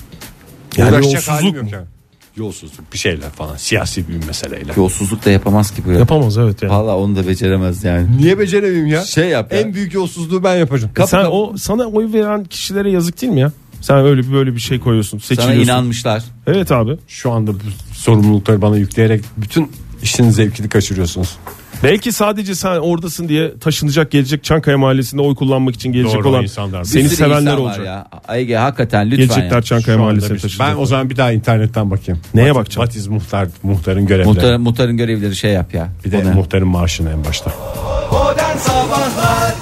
Yani Uğraşacak yolsuzluk halim yok mu? yani. Yolsuzluk bir şeyler falan siyasi bir meseleyle. Yolsuzluk da yapamaz ki bu ya. Yapamaz evet yani. Valla onu da beceremez yani. Niye beceremeyim ya? Şey yap ya. En büyük yolsuzluğu ben yapacağım. E sen o sana oy veren kişilere yazık değil mi ya? Sen öyle bir böyle bir şey koyuyorsun, Sana seçiliyorsun. inanmışlar. Evet abi. Şu anda bu sorumlulukları bana yükleyerek bütün işin zevkini kaçırıyorsunuz. Belki sadece sen oradasın diye taşınacak gelecek Çankaya Mahallesi'nde oy kullanmak için gelecek Doğru, o olan insanlar. seni Bir sürü sevenler insan var olacak. Ya. Ege hakikaten lütfen Gelecekler ya. Çankaya Şu anda Mahallesi'ne bir- taşınacak. ben o zaman bir daha internetten bakayım. Neye What- bakacağım? What is muhtar, muhtarın görevleri. Muhtar, muhtarın görevleri şey yap ya. Bir de O ne? muhtarın maaşını en başta. Modern Sabahlar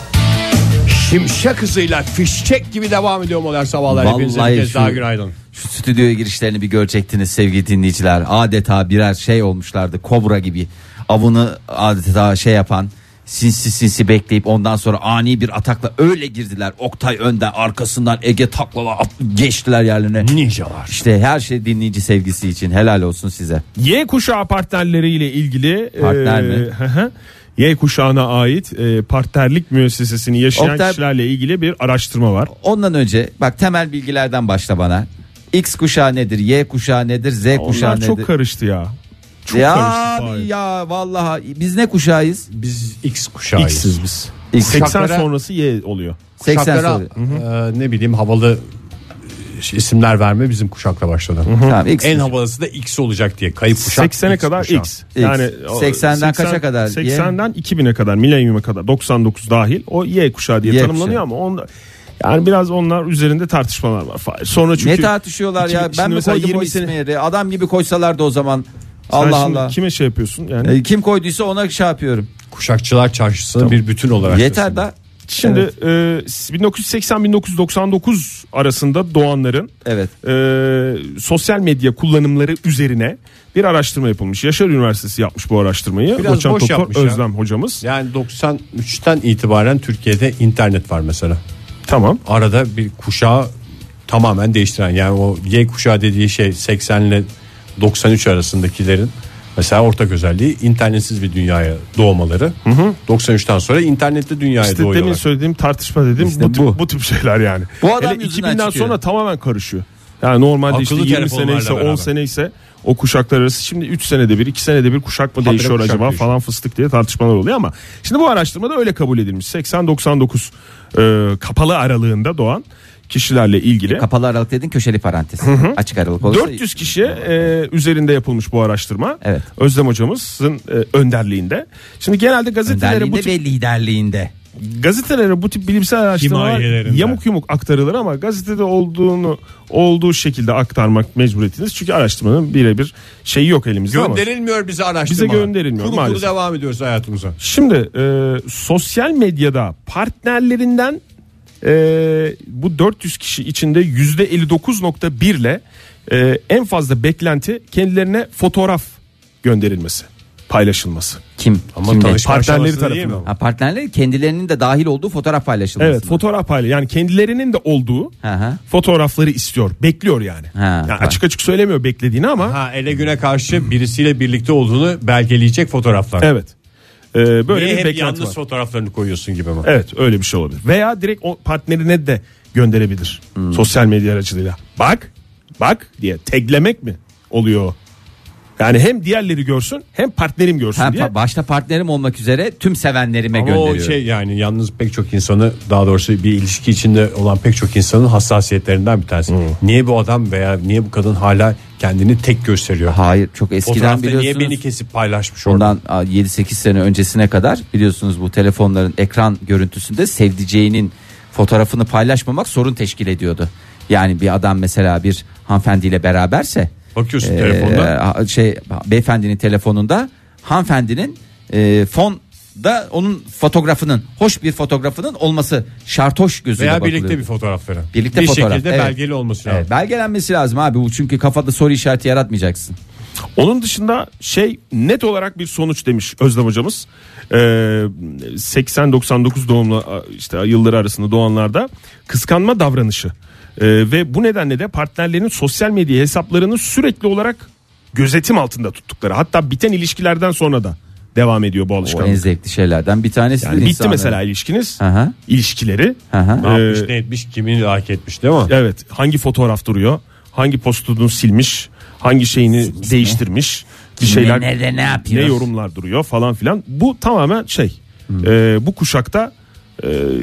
Şimşek hızıyla fişek gibi devam ediyor modern sabahlar. Hepinize Vallahi bir kez şu- daha günaydın. Şu stüdyoya girişlerini bir görecektiniz sevgili dinleyiciler. Adeta birer şey olmuşlardı. Kobra gibi. Avını adeta şey yapan, sinsi sinsi bekleyip ondan sonra ani bir atakla öyle girdiler. Oktay önden, arkasından Ege taklala at- geçtiler yerlerine. Ninjalar. İşte her şey dinleyici sevgisi için helal olsun size. Y kuşağı partnerleriyle ilgili Partner e, mi? hı hı. Y kuşağına ait e, partnerlik müessesesini yaşayan Oktay- kişilerle ilgili bir araştırma var. Ondan önce bak temel bilgilerden başla bana. X kuşağı nedir? Y kuşağı nedir? Z kuşağı Onlar nedir? çok karıştı ya. Çok ya karıştı. abi Fahir. ya vallahi biz ne kuşağıyız? Biz X kuşağıyız. X'iz biz. X. seksen Kuşaklara- sonrası Y oluyor. seksen Kuşaklara sonra. e, ne bileyim havalı e, isimler verme bizim kuşakla başladı. Tamam, X En kuşağı. havalısı da X olacak diye. Kayıp kuşak. seksene X kadar kuşağı. X. X. Yani o seksenden kaça kadar? Y? seksenden iki bine kadar, milenyuma kadar, doksan dokuz dahil o Y kuşağı diye Y tanımlanıyor kuşağı. ama onda yani biraz onlar üzerinde tartışmalar var. Fahir. Sonra çünkü Ne tartışıyorlar ya? iki bin Ben şimdi mi mesela koydum o yirmi ismi sene- yere? Adam gibi koysalardı o zaman. Sen Allah şimdi Allah. kime şey yapıyorsun yani? E, Kim koyduysa ona şey yapıyorum. Kuşakçılar çarşısını bir bütün olarak. Yeter da. Şimdi Evet. e, bin dokuz yüz seksen bin dokuz yüz doksan dokuz arasında doğanların Evet. e, sosyal medya kullanımları üzerine bir araştırma yapılmış. Yaşar Üniversitesi yapmış bu araştırmayı. Biraz Doçent boş Doktor yapmış ya. Özlem hocamız. Yani doksan üçten itibaren Türkiye'de internet var mesela. Tamam. Arada bir kuşağı tamamen değiştiren, yani o Y kuşağı dediği şey seksen ile doksan üç arasındakilerin mesela ortak özelliği internetsiz bir dünyaya doğmaları. doksan üçten sonra internetli dünyaya İşte demin doğuyorlar. söylediğim tartışma dediğim İşte bu, tip, bu. bu tip şeyler yani. Bu adam Hele yüzünden iki binden çıkıyor. sonra tamamen karışıyor. Yani normalde Akıllı işte yirmi telefonlarla sene ise on beraber. sene ise o kuşaklar arası şimdi üç senede bir iki senede bir kuşak mı Habire değişiyor kuşak acaba değişiyor. falan fıstık diye tartışmalar oluyor ama şimdi bu araştırmada öyle kabul edilmiş. seksen doksan dokuz e, kapalı aralığında doğan kişilerle ilgili. Kapalı aralık dedin, köşeli parantez. Açık aralık olursa. dört yüz kişi e, üzerinde yapılmış bu araştırma. Evet. Özlem hocamızın e, önderliğinde. Şimdi genelde gazetelere bu Önderliğinde tip, ve liderliğinde. gazetelere bu tip bilimsel araştırmalar Himayelerinde. yamuk yumuk aktarılır ama gazetede olduğunu olduğu şekilde aktarmak mecburiyetiniz. Çünkü araştırmanın birebir şeyi yok elimizde ama. Gönderilmiyor bize araştırma. Bize gönderilmiyor Kuru maalesef. kuru devam ediyoruz hayatımıza. Şimdi e, sosyal medyada partnerlerinden e, bu dört yüz kişi içinde yüzde elli dokuz nokta bir ile e, en fazla beklenti kendilerine fotoğraf gönderilmesi, paylaşılması. Kim? Ama Kimle? tanışma Partnerleri aşamasında değil mi? tarafından. Ha, partnerleri kendilerinin de dahil olduğu fotoğraf paylaşılması. Evet, fotoğraf paylaş. Yani kendilerinin de olduğu Hı hı. fotoğrafları istiyor, bekliyor yani. Ha, yani tamam. açık açık söylemiyor beklediğini ama Ha, ele güne karşı birisiyle birlikte olduğunu belgeleyecek fotoğraflar. evet. E, böyle Niye bir hep beklenti yalnız var. fotoğraflarını koyuyorsun gibi mi? Evet, öyle bir şey olabilir. Veya direkt o partnerine de gönderebilir. Hmm. Sosyal medya aracılığıyla. Bak, bak diye taglemek mi oluyor o? Yani hem diğerleri görsün hem partnerim görsün Ha, diye. pa- başta partnerim olmak üzere tüm sevenlerime Ama gönderiyorum. o şey, yani yalnız pek çok insanı, daha doğrusu bir ilişki içinde olan pek çok insanın hassasiyetlerinden bir tanesi. Hmm. Niye bu adam veya niye bu kadın hala kendini tek gösteriyor? Hayır, çok eskiden Fotoğrafta niye biliyorsunuz. beni kesip paylaşmış orada? Ondan yedi sekiz sene öncesine kadar biliyorsunuz bu telefonların ekran görüntüsünde sevdiceğinin fotoğrafını paylaşmamak sorun teşkil ediyordu. Yani bir adam mesela bir hanımefendiyle beraberse Bakıyorsun e, telefonda. şey beyefendinin telefonunda hanımefendinin e, fonda onun fotoğrafının, hoş bir fotoğrafının olması şartoş gözüyle Veya bakılıyor. birlikte bir fotoğrafları. Birlikte bir fotoğraf, şekilde evet. belgeli olması lazım. Evet, belgelenmesi lazım abi bu, çünkü kafada soru işareti yaratmayacaksın. Onun dışında şey, net olarak bir sonuç demiş Özlem hocamız. Ee, seksen doksan dokuz doğumlu işte yılları arasında doğanlarda kıskanma davranışı Ee, ve bu nedenle de partnerlerinin sosyal medya hesaplarını sürekli olarak gözetim altında tuttukları, hatta biten ilişkilerden sonra da devam ediyor bu O en alışkanlık. zevkli şeylerden bir tanesi. Yani bitti mesela ilişkiniz, Aha. ilişkileri. Aha. Ne yapmış, ne etmiş, kimi like etmiş, değil mi? Evet, hangi fotoğraf duruyor, hangi postunu silmiş, hangi şeyini değiştirmiş, bir şeyler, nerede, ne yapıyor? ne yorumlar duruyor falan filan. Bu tamamen şey, e, bu kuşakta e,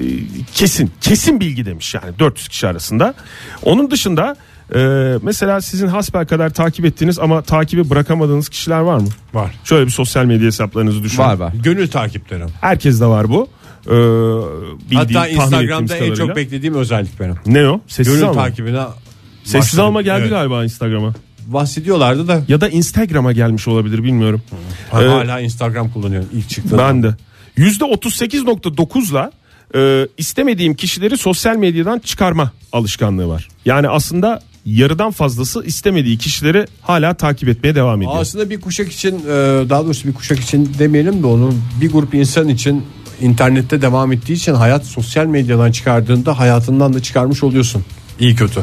kesin kesin bilgi demiş yani dört yüz kişi arasında. Onun dışında e, mesela sizin hasbelkader takip ettiğiniz ama takibi bırakamadığınız kişiler var mı? Var. Şöyle bir sosyal medya hesaplarınızı düşünün. Var var. Gönül takipleri. Herkes de var bu. Ee, bildiğim, Hatta tahmin Instagram'da ettiğimiz en kadarıyla. çok beklediğim özellik benim. Ne o? Sessiz Gönül alma. takibine Sessiz başladım. alma geldi Evet. galiba Instagram'a. Bahsediyorlardı da Ya da Instagram'a gelmiş olabilir, bilmiyorum. ha, Ee, hala Instagram kullanıyorum ilk çıktığında. Ben de. yüzde otuz sekiz nokta dokuzla e, istemediğim kişileri sosyal medyadan çıkarma alışkanlığı var. Yani aslında yarıdan fazlası istemediği kişileri hala takip etmeye devam ediyor. Aslında bir kuşak için, e, daha doğrusu bir kuşak için demeyelim de onun bir grup insan için internette devam ettiği için hayat sosyal medyadan çıkardığında hayatından da çıkarmış oluyorsun. İyi kötü.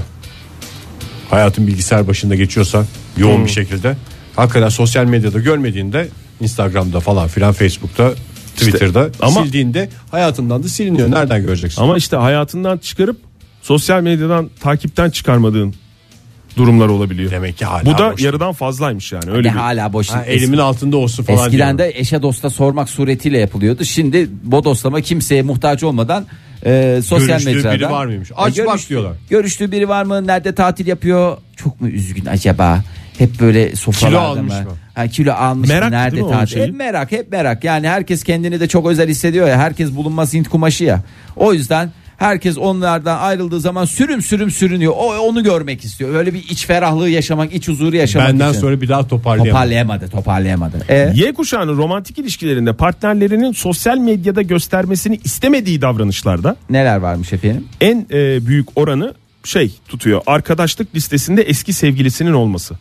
Hayatın bilgisayar başında geçiyorsa yoğun Hmm. bir şekilde hakikaten sosyal medyada görmediğinde Instagram'da falan filan, Facebook'ta Twitter'da. İşte, ama, sildiğinde hayatından da siliniyor. Nereden göreceksin? Ama işte hayatından çıkarıp sosyal medyadan takipten çıkarmadığın durumlar olabiliyor. Demek ki hala Bu da boş. yarıdan fazlaymış yani. Öyle Ne bir... hala boş. Ha, elimin altında olsun falan. Eskiden diyorum. de eşe dosta sormak suretiyle yapılıyordu. Şimdi bodoslama kimseye muhtaç olmadan e, sosyal Görüştüğü mecrada. biri var mıymış? Aç E, bak görüştü- diyorlar. Görüştüğü biri var mı? Nerede tatil yapıyor? Çok mu üzgün acaba? Hep böyle sofralarda Kilo almış mı? mı? Ha, kilo almış Merak mı? değil Nerede mi onun tatil? şeyi? Hep merak, hep merak. Yani herkes kendini de çok özel hissediyor ya. Herkes bulunmaz Hint kumaşı ya. O yüzden herkes onlardan ayrıldığı zaman sürüm sürüm sürünüyor. O onu görmek istiyor. Öyle bir iç ferahlığı yaşamak, iç huzuru yaşamak Benden için. sonra bir daha toparlayamam. Toparlayamadı, toparlayamadı. E? Y kuşağının romantik ilişkilerinde partnerlerinin sosyal medyada göstermesini istemediği davranışlarda Neler varmış efendim? en e, büyük oranı şey tutuyor. Arkadaşlık listesinde eski sevgilisinin olması.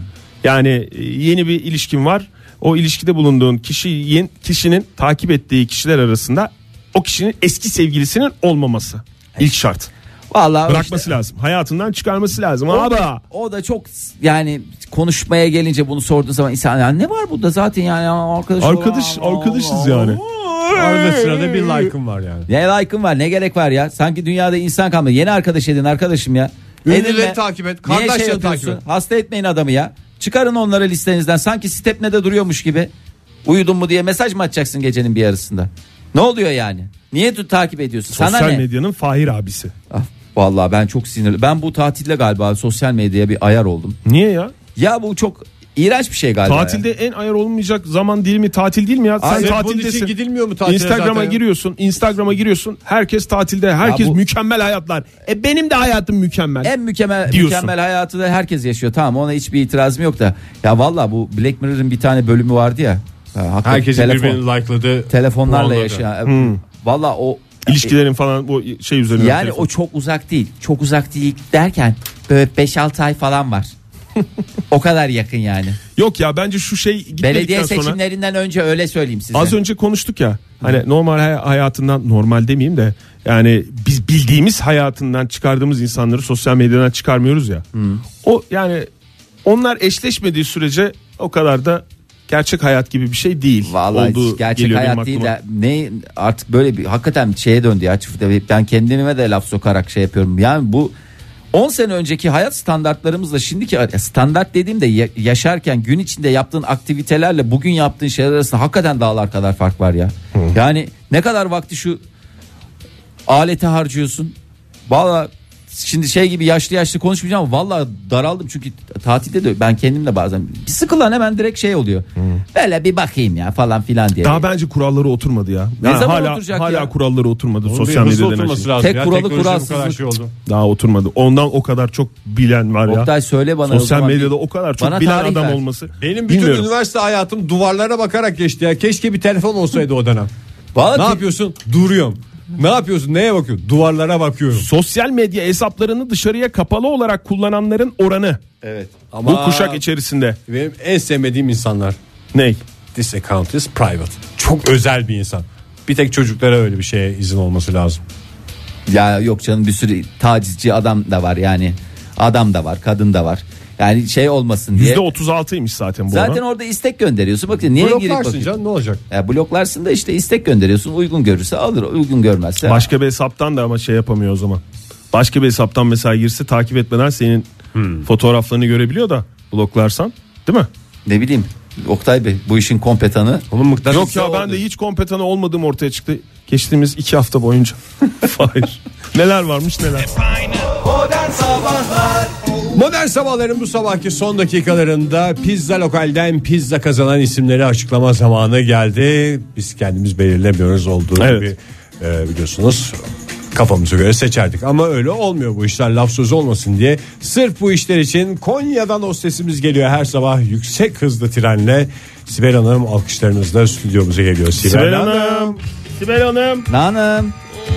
Yani e, yeni bir ilişkin var. O ilişkide bulunduğun kişi yeni, kişinin takip ettiği kişiler arasında o kişinin eski sevgilisinin olmaması. İlk şart. Vallahi Bırakması işte- lazım. Hayatından çıkarması lazım. O, Abi. o da çok yani konuşmaya gelince bunu sorduğun zaman insan yani ne var burada zaten yani arkadaş Arkadaş arkadaşız yani. Arada sırada bir like'ım var yani. Ne like'ın var ne gerek var ya sanki dünyada insan kalmadı yeni arkadaş edin arkadaşım ya. Ünlüleri Edinme. takip et, Niye Kardashian şey takip yapıyorsun? et. Hasta etmeyin adamı ya çıkarın onları listenizden sanki Stepne'de duruyormuş gibi uyudun mu diye mesaj mı atacaksın gecenin bir yarısında ne oluyor yani niye tu- takip ediyorsun sana Sosyal ne? medyanın Fahir abisi. Ah, vallahi ben çok sinirli ben bu tatilde galiba sosyal medyaya bir ayar oldum Niye ya? ya bu çok iğrenç bir şey galiba Tatilde ya. en ayar olmayacak zaman değil mi? Tatil değil mi ya? Sen Ay, bunun tatildesin. için gidilmiyor mu tatile Instagram'a zaten ya? giriyorsun. Instagram'a giriyorsun. Herkes tatilde. Herkes bu- mükemmel hayatlar. E benim de hayatım mükemmel. En mükemmel Diyorsun. mükemmel hayatı da herkes yaşıyor. Tamam ona hiçbir itirazım yok da. Ya valla bu Black Mirror'ın bir tane bölümü vardı ya. Ha, hakikaten Herkes telefon- birbirini likeladı. telefonlarla puanladı. yaşayan. Hmm. Valla o İlişkilerin falan bu şey üzerine. yani o çok uzak değil. Çok uzak değil derken böyle beş altı ay falan var. O kadar yakın yani. Yok ya bence şu şey gitmedikten Belediye sonra. seçimlerinden önce öyle söyleyeyim size. Az önce konuştuk ya. Hani normal hay- hayatından normal demeyeyim de yani biz bildiğimiz hayatından çıkardığımız insanları sosyal medyadan çıkarmıyoruz ya. O yani onlar eşleşmediği sürece o kadar da gerçek hayat gibi bir şey değil. Vallahi Olduğu hiç gerçek geliyor hayat benim değil aklıma. de ne artık böyle bir hakikaten şeye döndü ya çiftde ben kendime de laf sokarak şey yapıyorum. Yani bu on sene önceki hayat standartlarımızla şimdiki standart dediğimde ya- yaşarken gün içinde yaptığın aktivitelerle bugün yaptığın şeyler arasında hakikaten dağlar kadar fark var ya. Yani ne kadar vakti şu alete harcıyorsun. Vallahi şimdi şey gibi yaşlı yaşlı konuşmayacağım ama vallahi daraldım çünkü tatilde de ben kendim de bazen bir sıkılan hemen direkt şey oluyor. Böyle bir bakayım ya falan filan diye. Daha bence kuralları oturmadı ya. Ne Yani zaman hala oturacak hala ya? kuralları oturmadı Onun sosyal bir hızlı medya denen oturması şey. lazım. Tek ya. kuralı Teknoloji bu kadar kuralsızlık. şey oldu. Daha oturmadı. Ondan o kadar çok bilen var ya. Oktay söyle bana o Sosyal zaman medyada bir- o kadar çok bana bilen tarih adam ver. olması. Benim bütün Bilmiyorum. üniversite hayatım duvarlara bakarak geçti ya. Keşke bir telefon olsaydı o dönem. Vallahi Ne te- yapıyorsun? Duruyorum. Ne yapıyorsun? Neye bakıyorsun? Duvarlara bakıyorum. Sosyal medya hesaplarını dışarıya kapalı olarak kullananların oranı Evet. bu kuşak içerisinde. Benim en sevmediğim insanlar. Ne? This account is private. Çok özel bir insan. Bir tek çocuklara öyle bir şeye izin olması lazım. Ya yok canım bir sürü tacizci adam da var yani. Adam da var, kadın da var. Yani şey olmasın diye. yüzde otuz altıymış zaten bu Zaten oran. orada istek gönderiyorsun. Bakın niye girip Bloklarsın bakıyorsun? canım, ne olacak? Ya bloklarsın da işte istek gönderiyorsun. Uygun görürse alır, uygun görmezse. Başka bir hesaptan da ama şey yapamıyor o zaman. Başka bir hesaptan mesela girse takip etmeden senin fotoğraflarını görebiliyor da bloklarsan, değil mi? Ne bileyim. Oktay Bey bu işin kompetanı. Onun mıknatısı Yok ya ben oldu. de hiç kompetanı olmadığım ortaya çıktı. Geçtiğimiz iki hafta boyunca. Hayır. Neler varmış neler. Modern Sabahlar Modern Sabahların bu sabahki son dakikalarında pizza lokalden pizza kazanan isimleri açıklama zamanı geldi. Biz kendimiz belirlemiyoruz olduğu Evet. gibi e, biliyorsunuz kafamıza göre seçerdik. Ama öyle olmuyor bu işler, laf söz olmasın diye. Sırf bu işler için Konya'dan hostesimiz geliyor her sabah yüksek hızlı trenle. Sibel Hanım alkışlarınızla stüdyomuza geliyor. Sibel, Sibel Hanım. Hanım. Sibel Hanım. Nanım.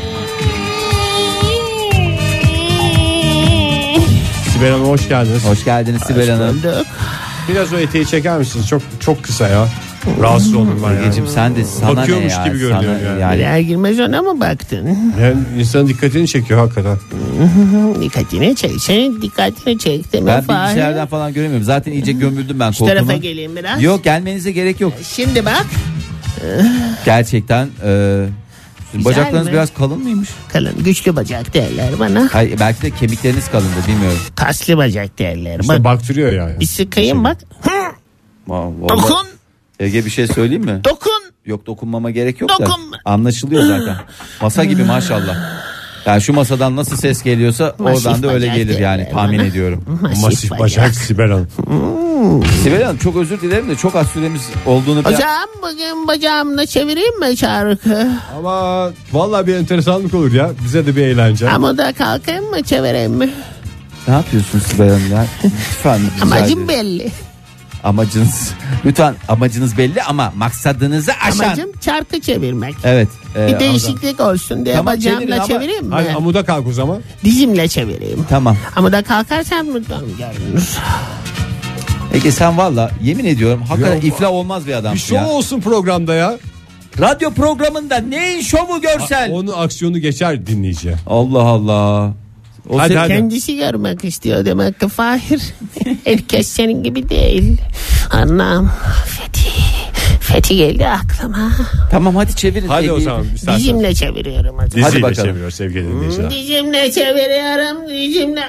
Sibel Hanım hoş geldiniz. Hoş geldiniz Sibel Hanım. Biraz o eteği çeker misiniz? Çok çok kısa ya. Rahatsız oldum ben ya. Egeciğim sen de sana Bakıyormuş ne ya? gibi görünüyor Sana- yani. yani. Girer girmez ona mı baktın? Yani insanın dikkatini çekiyor hakikaten. Dikkatini çek. Senin dikkatini çekti mi Ben Fahir? bilgisayardan falan göremiyorum. Zaten iyice gömüldüm ben Şu tarafa koltuğuma. geleyim biraz. Yok gelmenize gerek yok. Şimdi bak. Gerçekten e, bacaklarınız mi? biraz kalın mıymış? Kalın güçlü bacak derler bana. Hayır, belki de kemikleriniz kalındır, bilmiyorum. Kaslı bacak derler. İşte Bak baktırıyor yani. bir sıkayım bak. Hı, Vallahi- dokun Ege, bir şey söyleyeyim mi? dokun. Yok, dokunmama gerek yok Dokunma. da anlaşılıyor zaten. Masa gibi maşallah. Yani şu masadan nasıl ses geliyorsa Masif oradan da öyle bacak gelir yani, derler tahmin bana. ediyorum. Masif bacak Sibel Hanım. Sibel Hanım, çok özür dilerim de çok az süremiz olduğunu bir... Hocam bugün bacağımla çevireyim mi şarkı? Ama vallahi bir enteresanlık olur ya. Bize de bir eğlence. Ama da kalkayım mı çevireyim mi? Ne yapıyorsun Sibel Hanım ya? Lütfen rica Amacım ederim. belli. Amacınız lütfen, amacınız belli ama maksadınızı aşan. Amacım çarkı çevirmek. Evet. e, Bir değişiklik olsun diye Tamam, çevirin bacağımla ama- çevireyim mi? Hadi amuda kalk o zaman. Dizimle çevireyim. Tamam. Amuda kalkarsam buradan görünür. Ege, sen valla yemin ediyorum hakikaten Yok. iflah olmaz bir adamsın Bir şov ya. olsun programda ya. Radyo programında neyin şovu görsen. Onun aksiyonu geçer dinleyiciye. Allah Allah. O Hadi, se- hadi. Kendisi görmek istiyor demek ki Fahir. Herkes senin gibi değil. Anam Fethi. Fethi geldi aklıma. Tamam, hadi çevirin. Hadi o Ege'yi. zaman istersen. Dizimle çeviriyorum hadi. Diziyle Hadi bakalım. çeviriyor sevgili dinleyiciler. Dizimle çeviriyorum. Dizimle.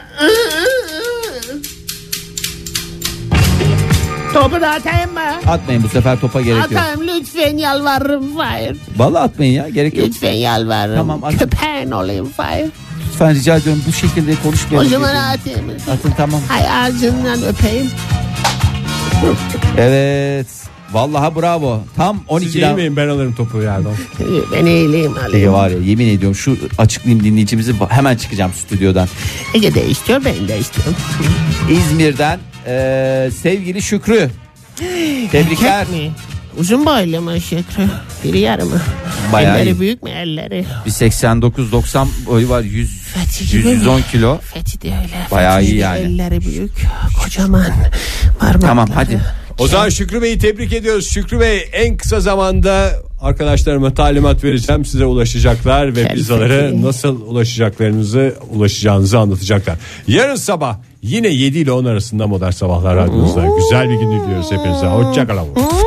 Topu da atayım mı? Atmayın, bu sefer topa gerek yok. Atayım lütfen yalvarırım Fahir. Valla atmayın ya, gerek yok. Lütfen yalvarırım. Tamam, atın. Köpeğin olayım Fahir. Lütfen rica ediyorum, bu şekilde O konuşmayalım. zaman atayım. Atın, tamam. Hay ağzından öpeyim. Evet. Vallahi bravo. Tam Siz on ikiden. yemeyin, ben alırım topu yerden. Ben iyiliğim Ege alayım. var ya, yemin ediyorum şu açıklayayım dinleyicimizi, hemen çıkacağım stüdyodan. Ege de istiyor, ben de istiyorum. İzmir'den eee, sevgili Şükrü. Tebrikler. Erkek mi? Uzun boylu mu Şükrü? Biri yarı mı? Bayağı elleri iyi. büyük mü elleri? Bir seksen dokuz doksan boyu var, yüz Fethi yüz gibi yüz on mi? kilo. Fethi de öyle. Bayağı Fethi iyi de yani. Elleri büyük. Kocaman. Parmakları. Tamam, hadi. O zaman Şükrü Bey'i tebrik ediyoruz. Şükrü Bey, en kısa zamanda arkadaşlarıma talimat vereceğim. Size ulaşacaklar ve Kel pizzaları Fethi. nasıl ulaşacaklarınızı ulaşacağınızı anlatacaklar. Yarın sabah yine yedi ile on arasında Modern Sabahlar Radyomuzda. Güzel bir gün diliyoruz hepinize. Hoşçakalın.